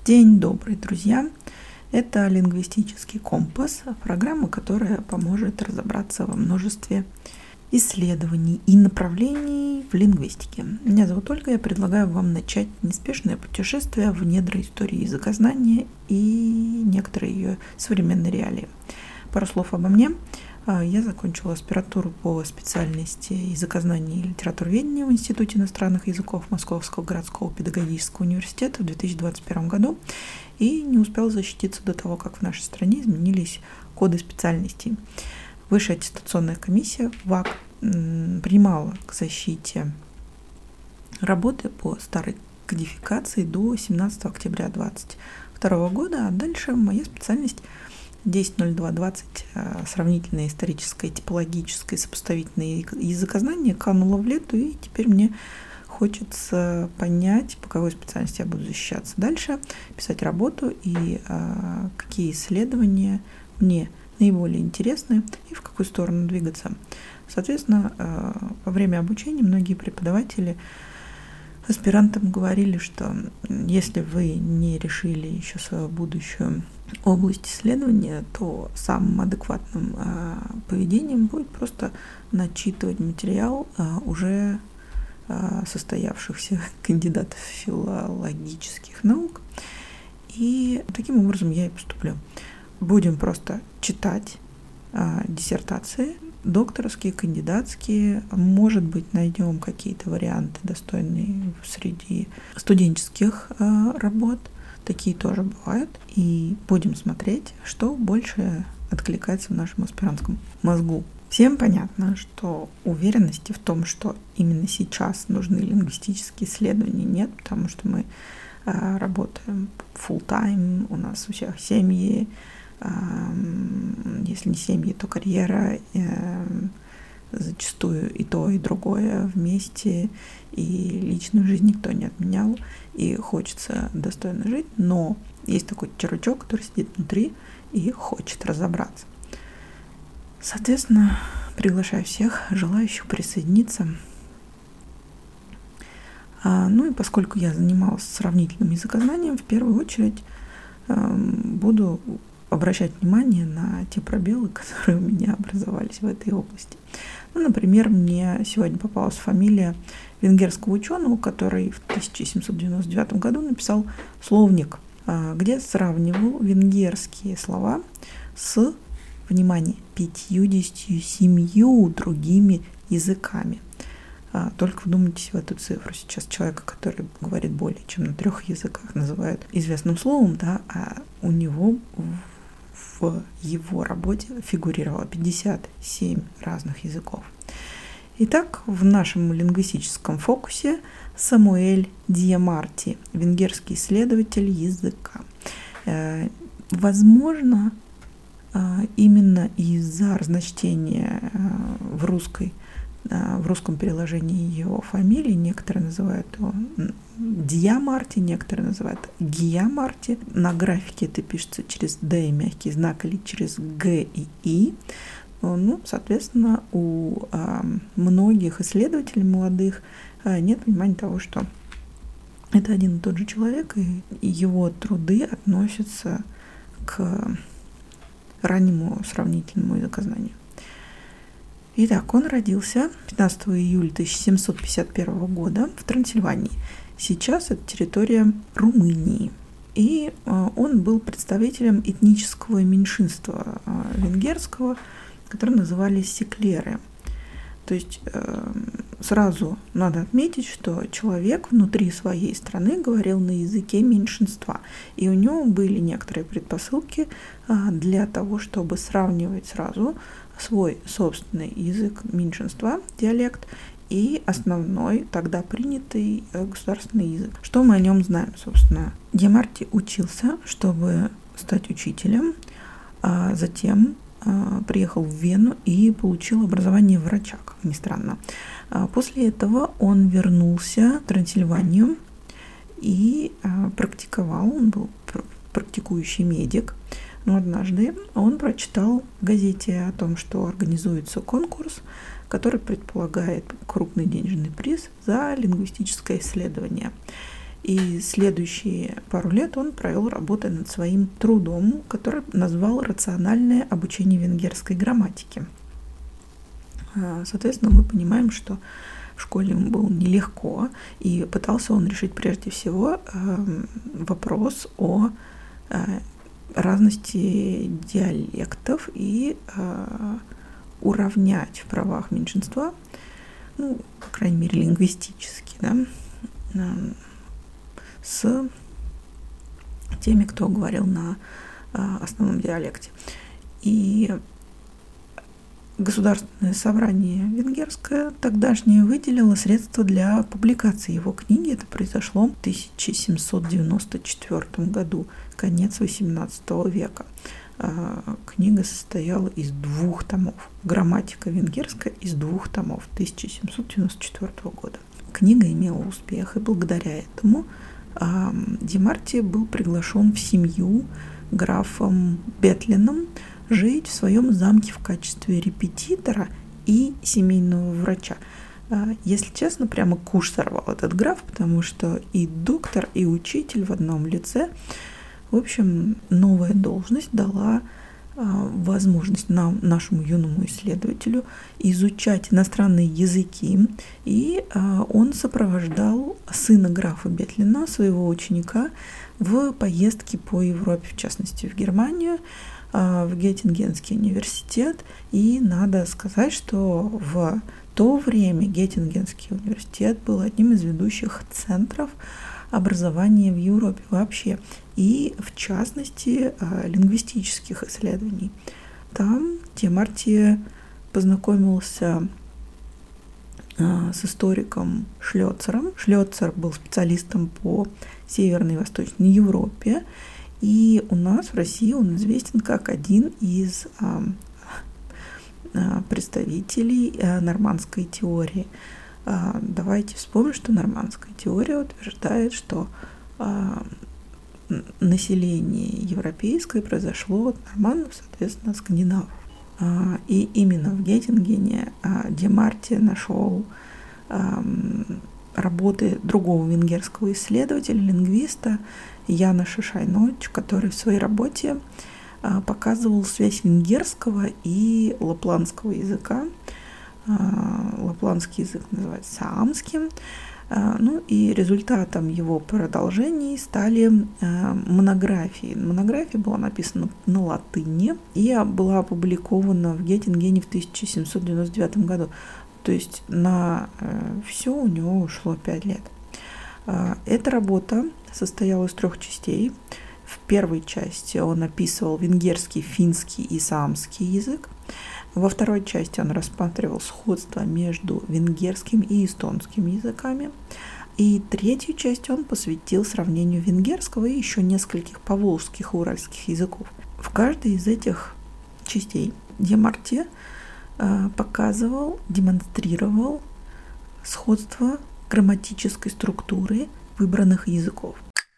День добрый, друзья! Это «Лингвистический компас», программа, которая поможет разобраться во множестве исследований и направлений в лингвистике. Меня зовут Ольга, я предлагаю вам начать неспешное путешествие в недра истории языкознания и некоторые ее современные реалии. Пару слов обо мне. Я закончила аспирантуру по специальности языкознания и литературоведения в Институте иностранных языков Московского городского педагогического университета в 2021 году и не успела защититься до того, как в нашей стране изменились коды специальностей. Высшая аттестационная комиссия ВАК принимала к защите работы по старой кодификации до 17 октября 2022 года, а дальше моя специальность 10.02.20 сравнительное историческое, типологическое, сопоставительное языкознание кануло в лету, и теперь мне хочется понять, по какой специальности я буду защищаться дальше, писать работу и какие исследования мне наиболее интересны и в какую сторону двигаться. Соответственно, во время обучения многие преподаватели аспирантам говорили, что если вы не решили еще свою будущую область исследования, то самым адекватным поведением будет просто начитывать материал уже состоявшихся кандидатов филологических наук. И таким образом я и поступлю. Будем просто читать диссертации, докторские, кандидатские. Может быть, найдем какие-то варианты, достойные среди студенческих работ. Такие тоже бывают. И будем смотреть, что больше откликается в нашем аспирантском мозгу. Всем понятно, что уверенности в том, что именно сейчас нужны лингвистические исследования, нет, потому что мы работаем full-time, у нас у всех семьи, если не семьи, то карьера, зачастую и то, и другое вместе, и личную жизнь никто не отменял, и хочется достойно жить, но есть такой червячок, который сидит внутри и хочет разобраться. Соответственно, приглашаю всех желающих присоединиться. Ну и поскольку я занималась сравнительным языкознанием, в первую очередь буду обращать внимание на те пробелы, которые у меня образовались в этой области. Ну, например, мне сегодня попалась фамилия венгерского ученого, который в 1799 году написал словник, где сравнивал венгерские слова с, внимание, 57 другими языками. Только вдумайтесь в эту цифру. Сейчас человека, который говорит более чем на 3 языках, называют известным словом, да, а у него в его работе фигурировало 57 разных языков. Итак, в нашем лингвистическом фокусе Самуэль Диамарти, венгерский исследователь языка. Возможно, именно из-за разночтения в русском переложении его фамилии, некоторые называют его Диамарти, некоторые называют Гиамарти. На графике это пишется через Д и мягкий знак или через Г и И. Ну, соответственно, у многих исследователей молодых нет понимания того, что это один и тот же человек, и его труды относятся к раннему сравнительному языкознанию. Итак, он родился 15 июля 1751 года в Трансильвании. Сейчас это территория Румынии. И он был представителем этнического меньшинства венгерского, которое назывались секлеры. То есть сразу надо отметить, что человек внутри своей страны говорил на языке меньшинства. И у него были некоторые предпосылки для того, чтобы сравнивать сразу свой собственный язык меньшинства, диалект, и основной, тогда принятый государственный язык. Что мы о нем знаем, собственно? Диамарти учился, чтобы стать учителем, а затем приехал в Вену и получил образование врача, как ни странно. После этого он вернулся в Трансильванию и практиковал, он был практикующий медик. Но однажды он прочитал в газете о том, что организуется конкурс, который предполагает крупный денежный приз за лингвистическое исследование. И следующие пару лет он провел работой над своим трудом, который назвал «Рациональное обучение венгерской грамматики». Соответственно, мы понимаем, что в школе ему было нелегко, и пытался он решить прежде всего вопрос о разности диалектов и уравнять в правах меньшинства, ну, по крайней мере, лингвистически, да, с теми, кто говорил на основном диалекте. И Государственное собрание венгерское тогдашнее выделило средства для публикации его книги. Это произошло в 1794 году, конец XVIII века. Книга состояла из 2 томов. Грамматика венгерская из 2 томов 1794 года. Книга имела успех, и благодаря этому Демарти был приглашен в семью графом Бетлином жить в своем замке в качестве репетитора и семейного врача. Если честно, прямо куш сорвал этот граф, потому что и доктор, и учитель в одном лице. В общем, новая должность дала возможность нашему юному исследователю изучать иностранные языки, и он сопровождал сына графа Бетлина, своего ученика, в поездке по Европе, в частности в Германию, в Геттингенский университет. И надо сказать, что в то время Геттингенский университет был одним из ведущих центров образования в Европе вообще, и в частности лингвистических исследований. Там Демарти познакомился с историком Шлёцером. Шлёцер был специалистом по Северной и Восточной Европе, и у нас в России он известен как один из представителей нормандской теории. Давайте вспомним, что нормандская теория утверждает, что население европейское произошло от норманнов, соответственно, скандинавов. И именно в Геттингене Демарти нашел работы другого венгерского исследователя, лингвиста Яноша Шайнович, который в своей работе показывал связь венгерского и лапландского языка. Лапландский язык называется саамским. Ну и результатом его продолжений стали монографии. Монография была написана на латыни и была опубликована в Геттингене в 1799 году. То есть на все у него ушло 5 лет. Эта работа состояла из 3 частей. В первой части он описывал венгерский, финский и саамский язык. Во второй части он рассматривал сходство между венгерским и эстонским языками. И третью часть он посвятил сравнению венгерского и еще нескольких поволжских и уральских языков. В каждой из этих частей Демарти показывал, демонстрировал сходство грамматической структуры выбранных языков.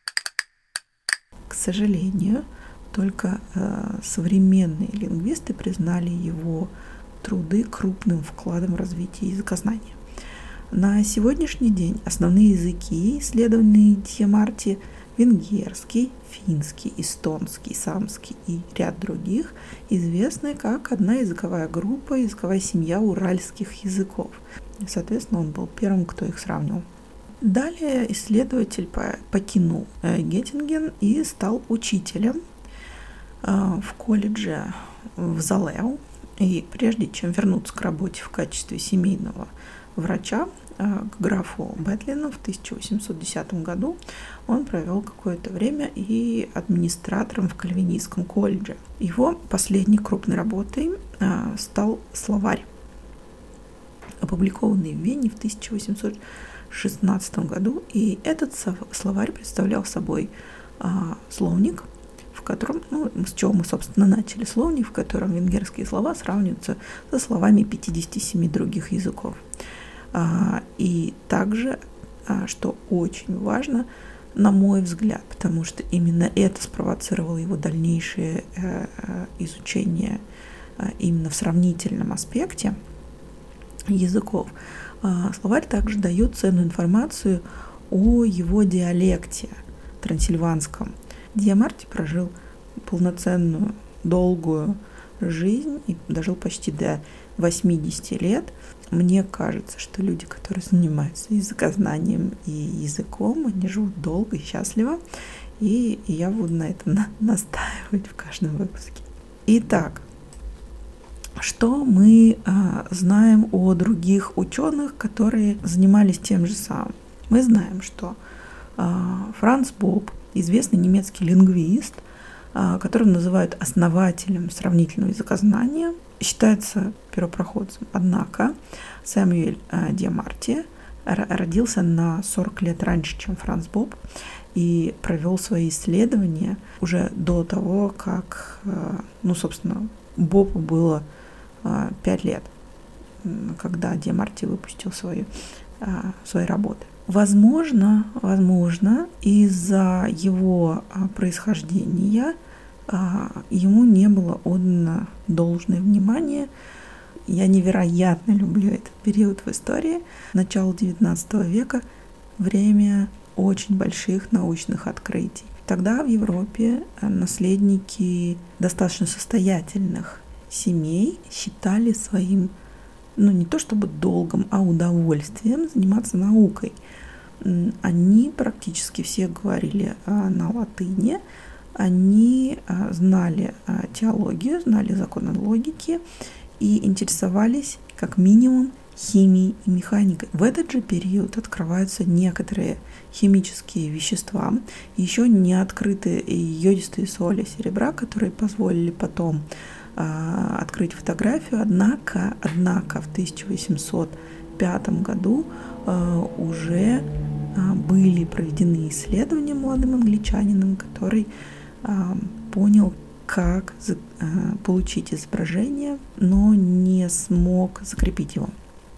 К сожалению, только современные лингвисты признали его труды крупным вкладом в развитие языкознания. На сегодняшний день основные языки, исследованные Демарти, венгерский, финский, эстонский, саамский и ряд других, известны как одна языковая группа, языковая семья уральских языков. Соответственно, он был первым, кто их сравнивал. Далее исследователь покинул Геттинген и стал учителем в колледже в Залеу. И прежде чем вернуться к работе в качестве семейного врача к графу Бетлину в 1810 году, он провел какое-то время и администратором в Кальвинистском колледже. Его последней крупной работой стал словарь, опубликованный в Вене в 1816 году. И этот словарь представлял собой словник, в котором, с чего мы, собственно, начали, словник, в котором венгерские слова сравниваются со словами 57 других языков. И также, что очень важно, на мой взгляд, потому что именно это спровоцировало его дальнейшее изучение именно в сравнительном аспекте языков, словарь также дает ценную информацию о его диалекте трансильванском. Диамарти прожил полноценную, долгую жизнь и дожил почти до 80 лет. Мне кажется, что люди, которые занимаются языкознанием и языком, они живут долго и счастливо. И я буду на этом настаивать в каждом выпуске. Итак, что мы знаем о других ученых, которые занимались тем же самым? Мы знаем, что Франц Боб, известный немецкий лингвист, которого называют основателем сравнительного языкознания, считается первопроходцем. Однако Сэмюэль Диамарти родился на 40 лет раньше, чем Франц Боб, и провел свои исследования уже до того, как, собственно, Бобу было 5 лет, когда Диамарти выпустил свои работы. Возможно, из-за его происхождения ему не было отдано должное внимание. Я невероятно люблю этот период в истории. Начало XIX века, время очень больших научных открытий. Тогда в Европе наследники достаточно состоятельных семей считали своим, не то чтобы долгом, а удовольствием заниматься наукой. Они практически все говорили на латыни, они знали теологию, знали законы логики и интересовались как минимум химией и механикой. В этот же период открываются некоторые химические вещества, еще не открытые йодистые соли серебра, которые позволили потом открыть фотографию. Однако в 1805 году уже были проведены исследования молодым англичанином, который понял, как получить изображение, но не смог закрепить его.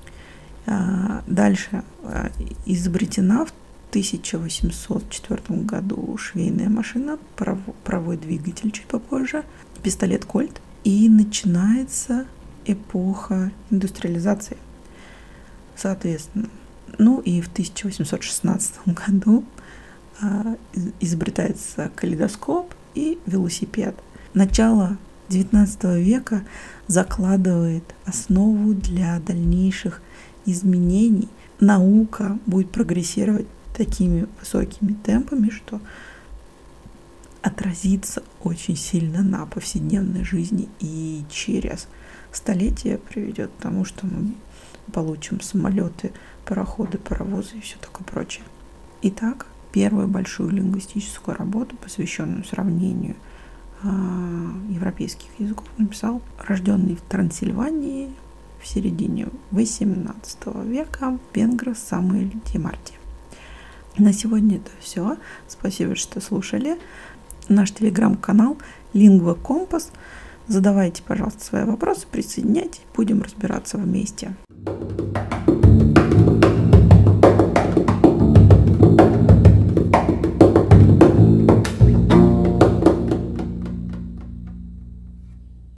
Дальше изобретена в 1804 году швейная машина, паровой двигатель чуть попозже, пистолет Кольт, и начинается эпоха индустриализации. Соответственно, и в 1816 году изобретается калейдоскоп и велосипед. Начало XIX века закладывает основу для дальнейших изменений. Наука будет прогрессировать такими высокими темпами, что отразится очень сильно на повседневной жизни и через столетия приведет к тому, что мы получим самолеты, пароходы, паровозы и все такое прочее. Итак, первую большую лингвистическую работу, посвященную сравнению европейских языков, написал рожденный в Трансильвании в середине XVIII века венгр Самуэль Диамарти. На сегодня это все. Спасибо, что слушали. Наш телеграм-канал Lingua Compass. Задавайте, пожалуйста, свои вопросы, присоединяйтесь, будем разбираться вместе.